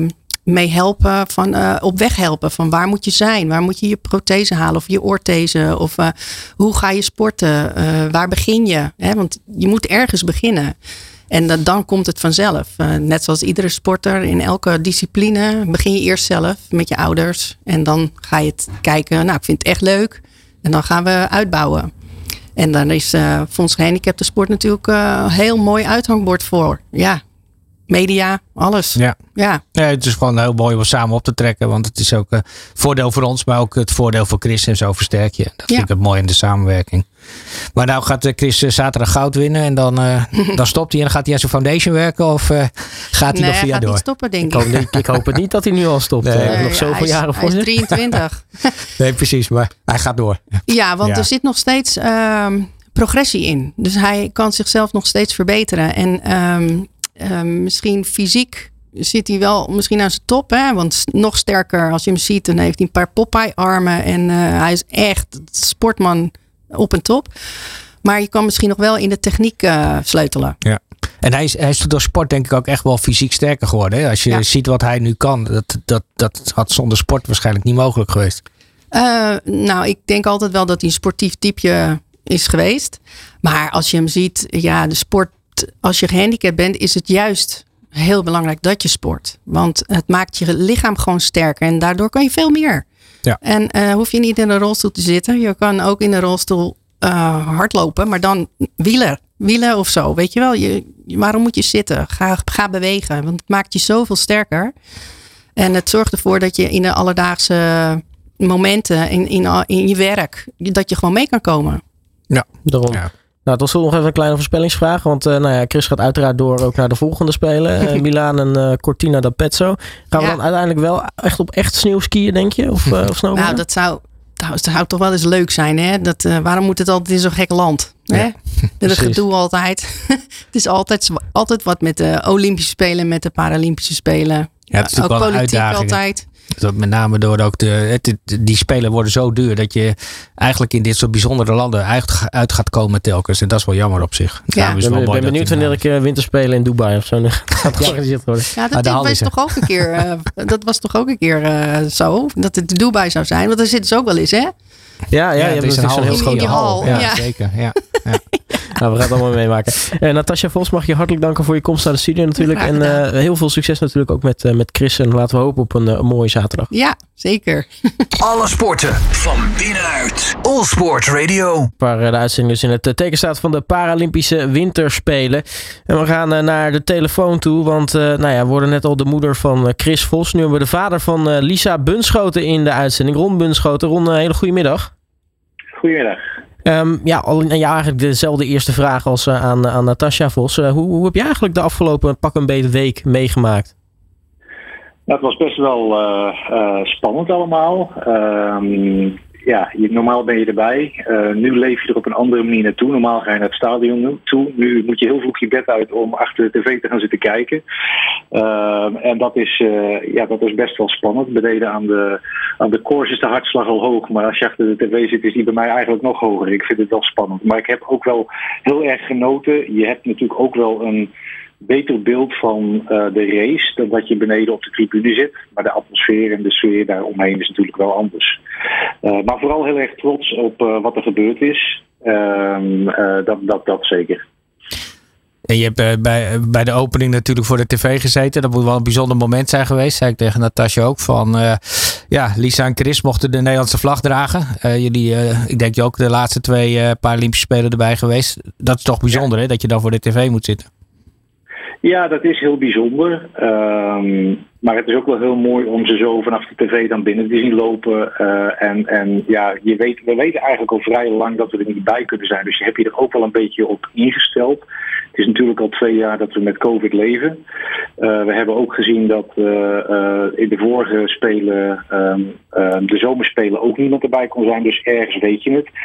[SPEAKER 5] mee helpen. Op weg helpen. Van waar moet je zijn? Waar moet je je prothese halen? Of je oorthese? Of hoe ga je sporten? Waar begin je? Want je moet ergens beginnen. En dan komt het vanzelf. Net zoals iedere sporter in elke discipline begin je eerst zelf met je ouders. En dan ga je het kijken. Nou, ik vind het echt leuk. En dan gaan we uitbouwen. En dan is Fonds Gehandicapten Sport natuurlijk een heel mooi uithangbord voor. Ja. Media, alles. Ja,
[SPEAKER 3] het is gewoon heel mooi om samen op te trekken. Want het is ook voordeel voor ons, maar ook het voordeel voor Chris. En zo versterk je. Dat vind ik het mooi in de samenwerking. Maar nou gaat Chris zaterdag goud winnen. En dan stopt hij en dan gaat hij aan zijn foundation werken. Of gaat hij nog 4 jaar door?
[SPEAKER 5] Nee, hij gaat niet stoppen, denk ik.
[SPEAKER 2] Ik hoop het niet dat hij nu al stopt. Nee, nog zoveel jaren voor
[SPEAKER 5] zich. Hij is 23.
[SPEAKER 3] Nee, precies. Maar hij gaat door.
[SPEAKER 5] Ja, want er zit nog steeds progressie in. Dus hij kan zichzelf nog steeds verbeteren. En misschien fysiek zit hij wel misschien aan zijn top. Hè? Want nog sterker als je hem ziet. Dan heeft hij een paar Popeye-armen. En hij is echt sportman op en top. Maar je kan misschien nog wel in de techniek sleutelen.
[SPEAKER 3] Ja. En hij is door sport denk ik ook echt wel fysiek sterker geworden. Hè? Als je ziet wat hij nu kan. Dat had zonder sport waarschijnlijk niet mogelijk geweest.
[SPEAKER 5] Nou, ik denk altijd wel dat hij een sportief type is geweest. Maar als je hem ziet, de sport, als je gehandicapt bent, is het juist heel belangrijk dat je sport. Want het maakt je lichaam gewoon sterker en daardoor kan je veel meer. Ja. En hoef je niet in een rolstoel te zitten. Je kan ook in een rolstoel hardlopen, maar dan wielen of zo. Weet je wel, waarom moet je zitten? Ga bewegen, want het maakt je zoveel sterker. En het zorgt ervoor dat je in de alledaagse momenten, in je werk, dat je gewoon mee kan komen.
[SPEAKER 2] Ja, daarom. Ja. Nou, tot slot nog even een kleine voorspellingsvraag. Want Chris gaat uiteraard door ook naar de volgende spelen. Milaan en Cortina d'Ampezzo. Gaan we dan uiteindelijk wel echt op echt sneeuw skiën, denk je? Of snowboarden?
[SPEAKER 5] Nou, dat zou toch wel eens leuk zijn. Hè? Waarom moet het altijd in zo'n gek land? Hè? Ja, dat gedoe altijd. Het is altijd wat met de Olympische Spelen en met de Paralympische Spelen.
[SPEAKER 3] Ja, het is ook wel politiek een uitdaging, altijd. Dat met name door ook die spelen worden zo duur dat je eigenlijk in dit soort bijzondere landen uit gaat komen telkens. En dat is wel jammer op zich.
[SPEAKER 2] Ja. Ik ben benieuwd wanneer ik winterspelen in Dubai of zo gaat georganiseerd worden.
[SPEAKER 5] Ja, dat was toch ook een keer zo. Dat het Dubai zou zijn. Want daar zitten ze ook wel eens, hè?
[SPEAKER 2] Ja, je hebt natuurlijk zo'n heel grote hal.
[SPEAKER 3] Ja, zeker. Ja.
[SPEAKER 2] Nou, we gaan het allemaal meemaken. Natasja Vos, mag je hartelijk danken voor je komst naar de studio natuurlijk. En heel veel succes natuurlijk ook met Chris. En laten we hopen op een mooie zaterdag.
[SPEAKER 5] Ja, zeker.
[SPEAKER 1] Alle sporten van binnenuit. All Sport Radio.
[SPEAKER 2] Waar de uitzending dus in het teken staat van de Paralympische Winterspelen. En we gaan naar de telefoon toe. Want we hoorden net al de moeder van Chris Vos. Nu hebben we de vader van Lisa Bunschoten in de uitzending. Ron Bunschoten. Ron, een hele goede middag.
[SPEAKER 6] Goedemiddag.
[SPEAKER 2] Eigenlijk dezelfde eerste vraag als aan Natasja Vos. Hoe heb je eigenlijk de afgelopen pak een beet week meegemaakt?
[SPEAKER 6] Het was best wel spannend allemaal. Normaal ben je erbij. Nu leef je er op een andere manier naartoe. Normaal ga je naar het stadion toe. Nu moet je heel vroeg je bed uit om achter de tv te gaan zitten kijken. En dat is best wel spannend. Beneden aan de koers is de hartslag al hoog. Maar als je achter de tv zit, is die bij mij eigenlijk nog hoger. Ik vind het wel spannend. Maar ik heb ook wel heel erg genoten. Je hebt natuurlijk ook wel een beter beeld van de race dan dat je beneden op de tribune zit. Maar de atmosfeer en de sfeer daaromheen is natuurlijk wel anders. Maar vooral heel erg trots op wat er gebeurd is. Dat zeker.
[SPEAKER 3] En je hebt bij de opening natuurlijk voor de tv gezeten. Dat moet wel een bijzonder moment zijn geweest. Zei ik tegen Natasja ook. Lisa en Chris mochten de Nederlandse vlag dragen. Ik denk je ook de laatste 2 Paralympische Spelen erbij geweest. Dat is toch bijzonder, hè? Dat je dan voor de tv moet zitten.
[SPEAKER 6] Ja, dat is heel bijzonder. Maar het is ook wel heel mooi om ze zo vanaf de tv dan binnen te zien lopen. We weten eigenlijk al vrij lang dat we er niet bij kunnen zijn. Dus je hebt je er ook wel een beetje op ingesteld. Het is natuurlijk al 2 jaar dat we met COVID leven. We hebben ook gezien dat in de vorige spelen, de zomerspelen, ook niemand erbij kon zijn. Dus ergens weet je het.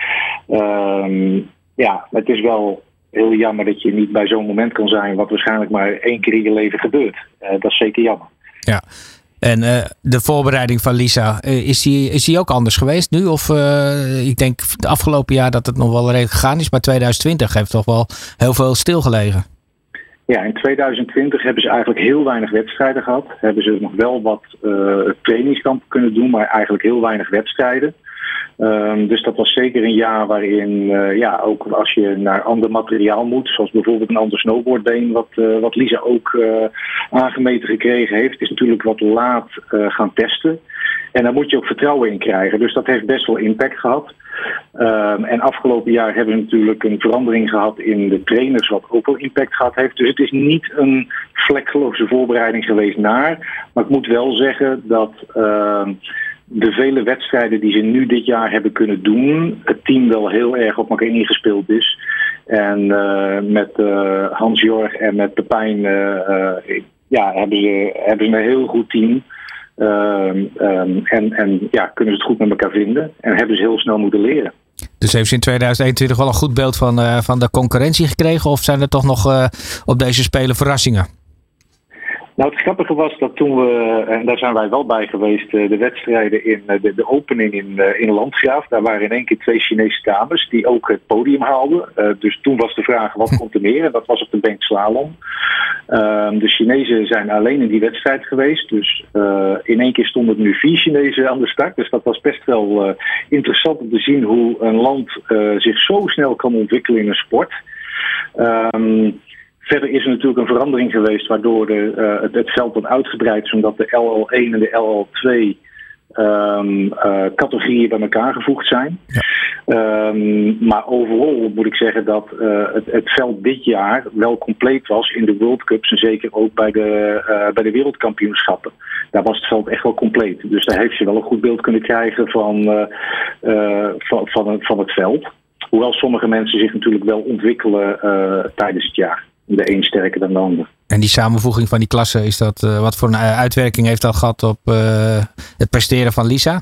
[SPEAKER 6] Het is wel heel jammer dat je niet bij zo'n moment kan zijn wat waarschijnlijk maar 1 keer in je leven gebeurt. Dat is zeker jammer. Ja.
[SPEAKER 3] En de voorbereiding van Lisa, is die ook anders geweest nu? Of ik denk de afgelopen jaar dat het nog wel redelijk gegaan is. Maar 2020 heeft toch wel heel veel stilgelegen.
[SPEAKER 6] Ja, in 2020 hebben ze eigenlijk heel weinig wedstrijden gehad. Hebben ze nog wel wat trainingskampen kunnen doen, maar eigenlijk heel weinig wedstrijden. Dus dat was zeker een jaar waarin, ook als je naar ander materiaal moet, zoals bijvoorbeeld een ander snowboardbeen, wat Lisa ook aangemeten gekregen heeft, is natuurlijk wat laat gaan testen. En daar moet je ook vertrouwen in krijgen. Dus dat heeft best wel impact gehad. En afgelopen jaar hebben we natuurlijk een verandering gehad in de trainers, wat ook wel impact gehad heeft. Dus het is niet een vlekkeloze voorbereiding geweest naar. Maar ik moet wel zeggen dat de vele wedstrijden die ze nu dit jaar hebben kunnen doen, het team wel heel erg op elkaar ingespeeld is. En met Hans-Jorg en met Pepijn hebben ze een heel goed team. Kunnen ze het goed met elkaar vinden. En hebben ze heel snel moeten leren.
[SPEAKER 3] Dus heeft ze in 2021 wel een goed beeld van de concurrentie gekregen? Of zijn er toch nog op deze Spelen verrassingen?
[SPEAKER 6] Nou, het grappige was dat toen we, en daar zijn wij wel bij geweest, de wedstrijden in de opening in Landgraaf. Daar waren in één keer 2 Chinese dames die ook het podium haalden. Dus toen was de vraag, wat komt er meer? En dat was op de band slalom. De Chinezen zijn alleen in die wedstrijd geweest. Dus in één keer stonden er nu 4 Chinezen aan de start. Dus dat was best wel interessant om te zien hoe een land zich zo snel kan ontwikkelen in een sport. Verder is er natuurlijk een verandering geweest waardoor het veld wat uitgebreid is, omdat de LL1 en de LL2 categorieën bij elkaar gevoegd zijn. Ja. Maar overal moet ik zeggen dat het veld dit jaar wel compleet was in de World Cups en zeker ook bij de wereldkampioenschappen. Daar was het veld echt wel compleet. Dus daar heeft ze wel een goed beeld kunnen krijgen van het veld. Hoewel sommige mensen zich natuurlijk wel ontwikkelen tijdens het jaar. De een sterker dan de ander.
[SPEAKER 3] En die samenvoeging van die klassen, is dat, wat voor een uitwerking heeft dat gehad op het presteren van Lisa?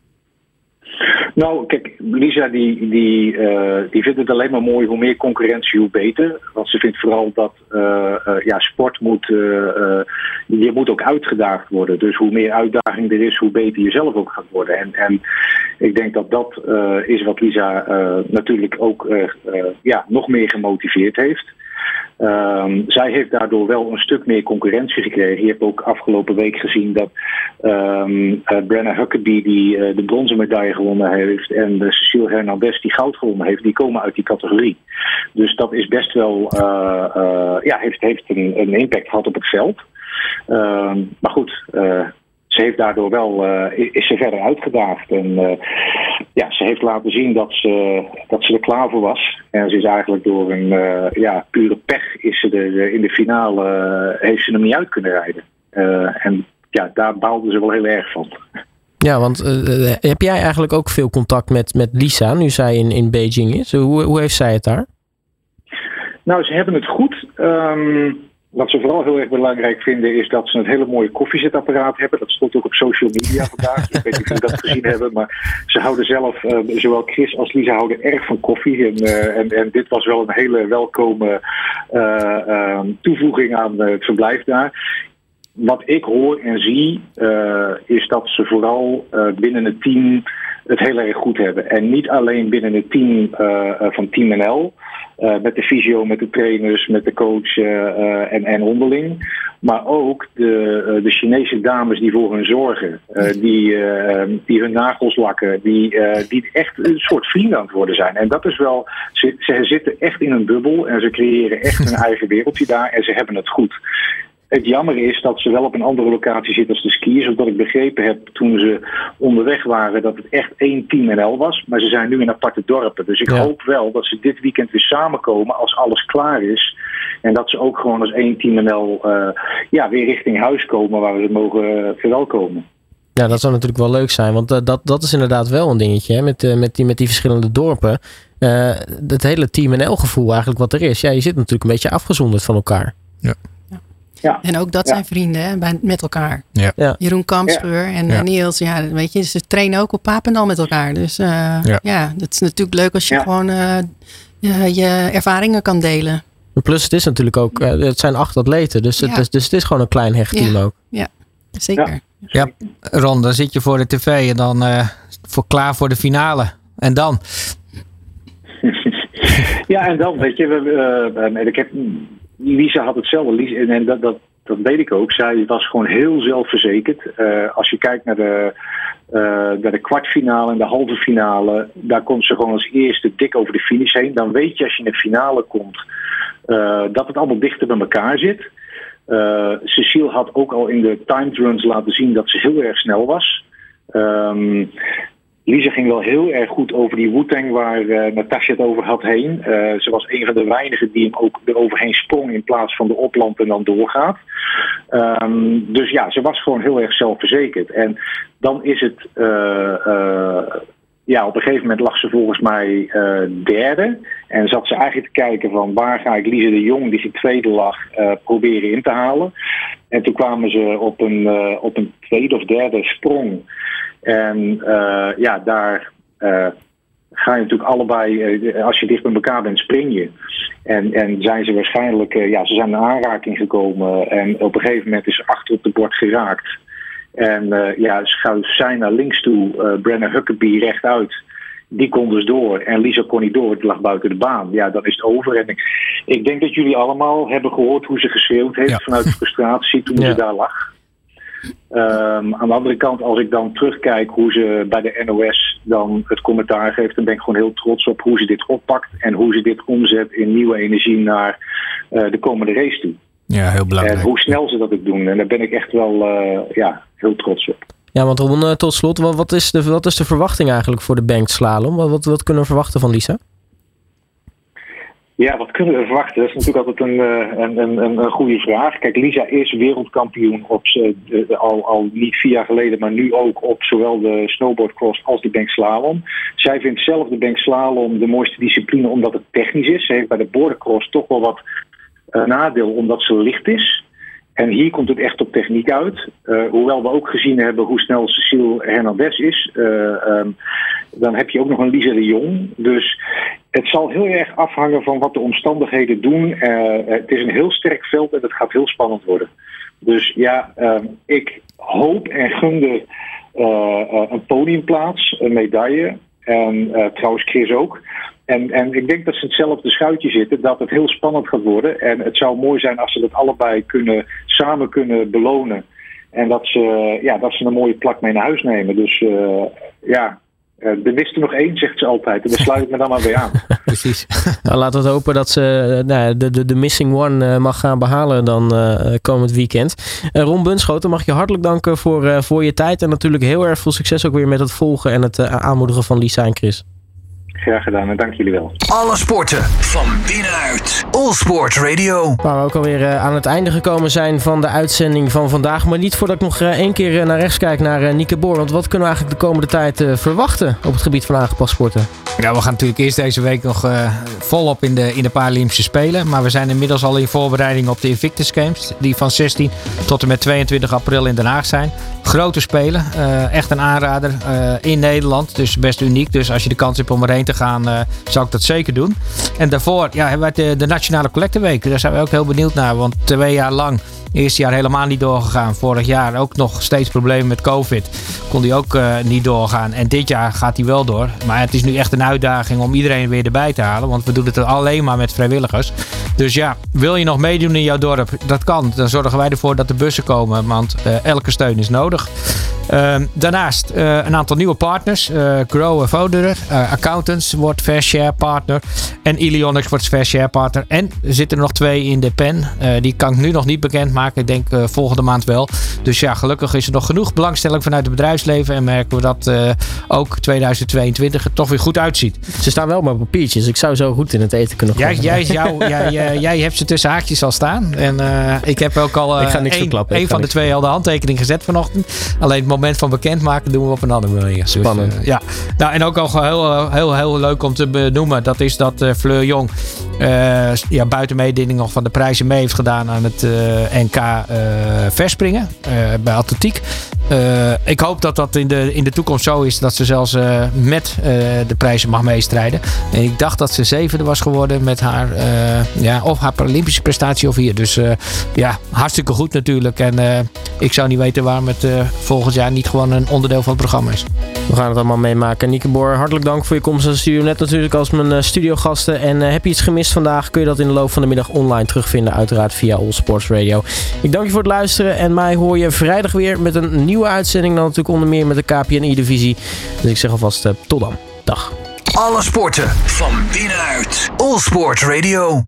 [SPEAKER 6] Nou, kijk, Lisa die vindt het alleen maar mooi, hoe meer concurrentie, hoe beter. Want ze vindt vooral dat sport je moet ook uitgedaagd worden. Dus hoe meer uitdaging er is, hoe beter je zelf ook gaat worden. En ik denk dat is wat Lisa natuurlijk ook nog meer gemotiveerd heeft. Zij heeft daardoor wel een stuk meer concurrentie gekregen. Je hebt ook afgelopen week gezien dat Brenna Huckabee die de bronzen medaille gewonnen heeft en Cecile Hernandez die goud gewonnen heeft, die komen uit die categorie. Dus dat is best wel heeft een impact gehad op het veld. Maar goed, ze heeft daardoor wel is ze verder uitgedaagd. En ze heeft laten zien dat ze er klaar voor was. En ze is eigenlijk door een pure pech is ze er in de finale heeft ze hem niet uit kunnen rijden. En daar baalden ze wel heel erg van.
[SPEAKER 2] Ja, want heb jij eigenlijk ook veel contact met Lisa nu zij in Beijing is? Hoe heeft zij het daar?
[SPEAKER 6] Nou, ze hebben het goed. Wat ze vooral heel erg belangrijk vinden is dat ze een hele mooie koffiezetapparaat hebben. Dat stond ook op social media vandaag. Ik weet niet of jullie dat gezien hebben, maar ze houden zelf, zowel Chris als Lisa houden erg van koffie. En dit was wel een hele welkome toevoeging aan het verblijf daar. Wat ik hoor en zie is dat ze vooral binnen het team het heel erg goed hebben. En niet alleen binnen het team van Team NL. Met de fysio, met de trainers, met de coach en onderling. Maar ook de Chinese dames die voor hen zorgen. Die hun nagels lakken. Die echt een soort vrienden aan het worden zijn. En dat is wel... Ze zitten echt in een bubbel. En ze creëren echt hun eigen wereldje daar. En ze hebben het goed. Het jammer is dat ze wel op een andere locatie zitten als de skiers. Omdat ik begrepen heb toen ze onderweg waren dat het echt 1 Team NL was. Maar ze zijn nu in aparte dorpen. Dus ik hoop wel dat ze dit weekend weer samenkomen als alles klaar is. En dat ze ook gewoon als 1 Team NL weer richting huis komen waar we ze mogen verwelkomen.
[SPEAKER 2] Ja, dat zou natuurlijk wel leuk zijn. Want dat is inderdaad wel een dingetje. Hè? Met die verschillende dorpen. Het hele Team NL gevoel eigenlijk wat er is. Ja, je zit natuurlijk een beetje afgezonderd van elkaar. Ja.
[SPEAKER 5] Ja. En ook dat zijn vrienden met elkaar. Ja. Jeroen Kampscheur en Niels. Ja, weet je, ze trainen ook op Papendal met elkaar. Dus dat is natuurlijk leuk als je gewoon je ervaringen kan delen.
[SPEAKER 2] Plus het is natuurlijk ook, het zijn 8 atleten. Dus het is gewoon een klein hecht team ook.
[SPEAKER 5] Ja, zeker.
[SPEAKER 3] Ja, Ron, dan zit je voor de tv en dan klaar voor de finale. En dan?
[SPEAKER 6] Ja, en dan, weet je, Lisa had hetzelfde. En dat weet ik ook. Zij was gewoon heel zelfverzekerd. Als je kijkt naar de kwartfinale en de halve finale, daar komt ze gewoon als eerste dik over de finish heen. Dan weet je als je in de finale komt dat het allemaal dichter bij elkaar zit. Cecile had ook al in de timed runs laten zien dat ze heel erg snel was. Lisa ging wel heel erg goed over die Wu-Tang waar Natasja het over had heen. Ze was een van de weinigen die hem ook eroverheen sprong in plaats van de opland en dan doorgaat. Dus ja, ze was gewoon heel erg zelfverzekerd. En dan is het... op een gegeven moment lag ze volgens mij derde. En zat ze eigenlijk te kijken van waar ga ik Lise de Jong, die tweede lag, proberen in te halen. En toen kwamen ze op een tweede of derde sprong. En daar ga je natuurlijk allebei, als je dicht bij elkaar bent, spring je. En zijn ze waarschijnlijk, ze zijn in aanraking gekomen. En op een gegeven moment is achter op de bord geraakt. En schuift zij naar links toe, Brenna Huckabee rechtuit. Die kon dus door. En Lisa kon niet door, het lag buiten de baan. Ja, dan is het over. En ik denk dat jullie allemaal hebben gehoord hoe ze geschreeuwd heeft vanuit de frustratie toen ze daar lag. Aan de andere kant, als ik dan terugkijk hoe ze bij de NOS dan het commentaar geeft, dan ben ik gewoon heel trots op hoe ze dit oppakt en hoe ze dit omzet in nieuwe energie naar de komende race toe.
[SPEAKER 3] Ja, heel belangrijk.
[SPEAKER 6] En hoe snel ze dat ook doen. En daar ben ik echt wel heel trots op.
[SPEAKER 2] Ja, want Ron, tot slot, wat is de verwachting eigenlijk voor de banked slalom? Wat kunnen we verwachten van Lisa?
[SPEAKER 6] Ja, wat kunnen we verwachten? Dat is natuurlijk altijd een goede vraag. Kijk, Lisa is wereldkampioen al niet 4 jaar geleden, maar nu ook op zowel de snowboardcross als de banked slalom. Zij vindt zelf de banked slalom de mooiste discipline omdat het technisch is. Ze heeft bij de bordercross toch wel wat nadeel omdat ze licht is. En hier komt het echt op techniek uit. Hoewel we ook gezien hebben hoe snel Cecile Hernandez is. Dan heb je ook nog een Lisa de Jong. Dus het zal heel erg afhangen van wat de omstandigheden doen. Het is een heel sterk veld en het gaat heel spannend worden. Dus ja, ik hoop en gunde een podiumplaats, een medaille. En trouwens Chris ook. En ik denk dat ze in hetzelfde schuitje zitten, dat het heel spannend gaat worden. En het zou mooi zijn als ze dat allebei samen kunnen belonen. En dat ze een mooie plak mee naar huis nemen. Dus er mist er nog 1, zegt ze altijd. En daar sluit ik me dan maar weer aan.
[SPEAKER 3] Precies.
[SPEAKER 2] Nou, laten we hopen dat ze de missing one mag gaan behalen dan komend weekend. Ron Bunschoten, mag je hartelijk danken voor je tijd. En natuurlijk heel erg veel succes ook weer met het volgen en het aanmoedigen van Lisa en Chris.
[SPEAKER 6] Graag gedaan en dank jullie wel.
[SPEAKER 1] Alle sporten van binnenuit. All Sport Radio.
[SPEAKER 2] Waar we ook alweer aan het einde gekomen zijn van de uitzending van vandaag. Maar niet voordat ik nog 1 keer naar rechts kijk naar Nieke Boer. Want wat kunnen we eigenlijk de komende tijd verwachten op het gebied van aangepast sporten?
[SPEAKER 3] Ja, we gaan natuurlijk eerst deze week nog volop in de Paralympische Spelen. Maar we zijn inmiddels al in voorbereiding op de Invictus Games. Die van 16 tot en met 22 april in Den Haag zijn. Grote Spelen. Echt een aanrader in Nederland. Dus best uniek. Dus als je de kans hebt om erheen te gaan, zou ik dat zeker doen. En daarvoor hebben wij de Nationale Collecteweek. Daar zijn we ook heel benieuwd naar. Want 2 jaar lang, eerste jaar helemaal niet doorgegaan. Vorig jaar ook nog steeds problemen met COVID. Kon die ook niet doorgaan. En dit jaar gaat hij wel door. Maar het is nu echt een uitdaging om iedereen weer erbij te halen. Want we doen het alleen maar met vrijwilligers. Dus ja, wil je nog meedoen in jouw dorp? Dat kan. Dan zorgen wij ervoor dat de bussen komen. Want elke steun is nodig. Daarnaast een aantal nieuwe partners. Grow Voderer, Accountants wordt Fair Share partner. En Ilionics wordt Fair Share partner. En er zitten er nog 2 in de pen. Die kan ik nu nog niet bekendmaken. Ik denk volgende maand wel. Dus ja, gelukkig is er nog genoeg belangstelling vanuit het bedrijfsleven. En merken we dat ook 2022 er toch weer goed uitziet.
[SPEAKER 2] Ze staan wel maar op papiertjes. Ik zou zo goed in het eten kunnen gooien.
[SPEAKER 3] Jij hebt ze tussen haakjes al staan. En ik heb ook al een van de 2 al de handtekening gezet vanochtend. Alleen het moment van bekendmaken doen we op een andere manier.
[SPEAKER 2] Spannend.
[SPEAKER 3] Dus, ja. Nou, en ook al heel leuk om te benoemen. Dat is dat Fleur Jong buiten meediening nog van de prijzen mee heeft gedaan aan het NK verspringen bij atletiek. Ik hoop dat dat in de toekomst zo is dat ze zelfs met de prijzen mag meestrijden. En ik dacht dat ze 7e was geworden met haar of haar Paralympische prestatie of hier. Dus hartstikke goed natuurlijk. En ik zou niet weten waarom het volgend jaar niet gewoon een onderdeel van het programma is.
[SPEAKER 2] We gaan het allemaal meemaken. Nieke Boer, hartelijk dank voor je komst naar de studio. Net natuurlijk als mijn studiogasten. En heb je iets gemist vandaag, kun je dat in de loop van de middag online terugvinden. Uiteraard via All Sports Radio. Ik dank je voor het luisteren. En mij hoor je vrijdag weer met een nieuwe uitzending. Dan natuurlijk onder meer met de KPNI-divisie. Dus ik zeg alvast tot dan. Dag.
[SPEAKER 1] Alle sporten van binnenuit. All Sport Radio.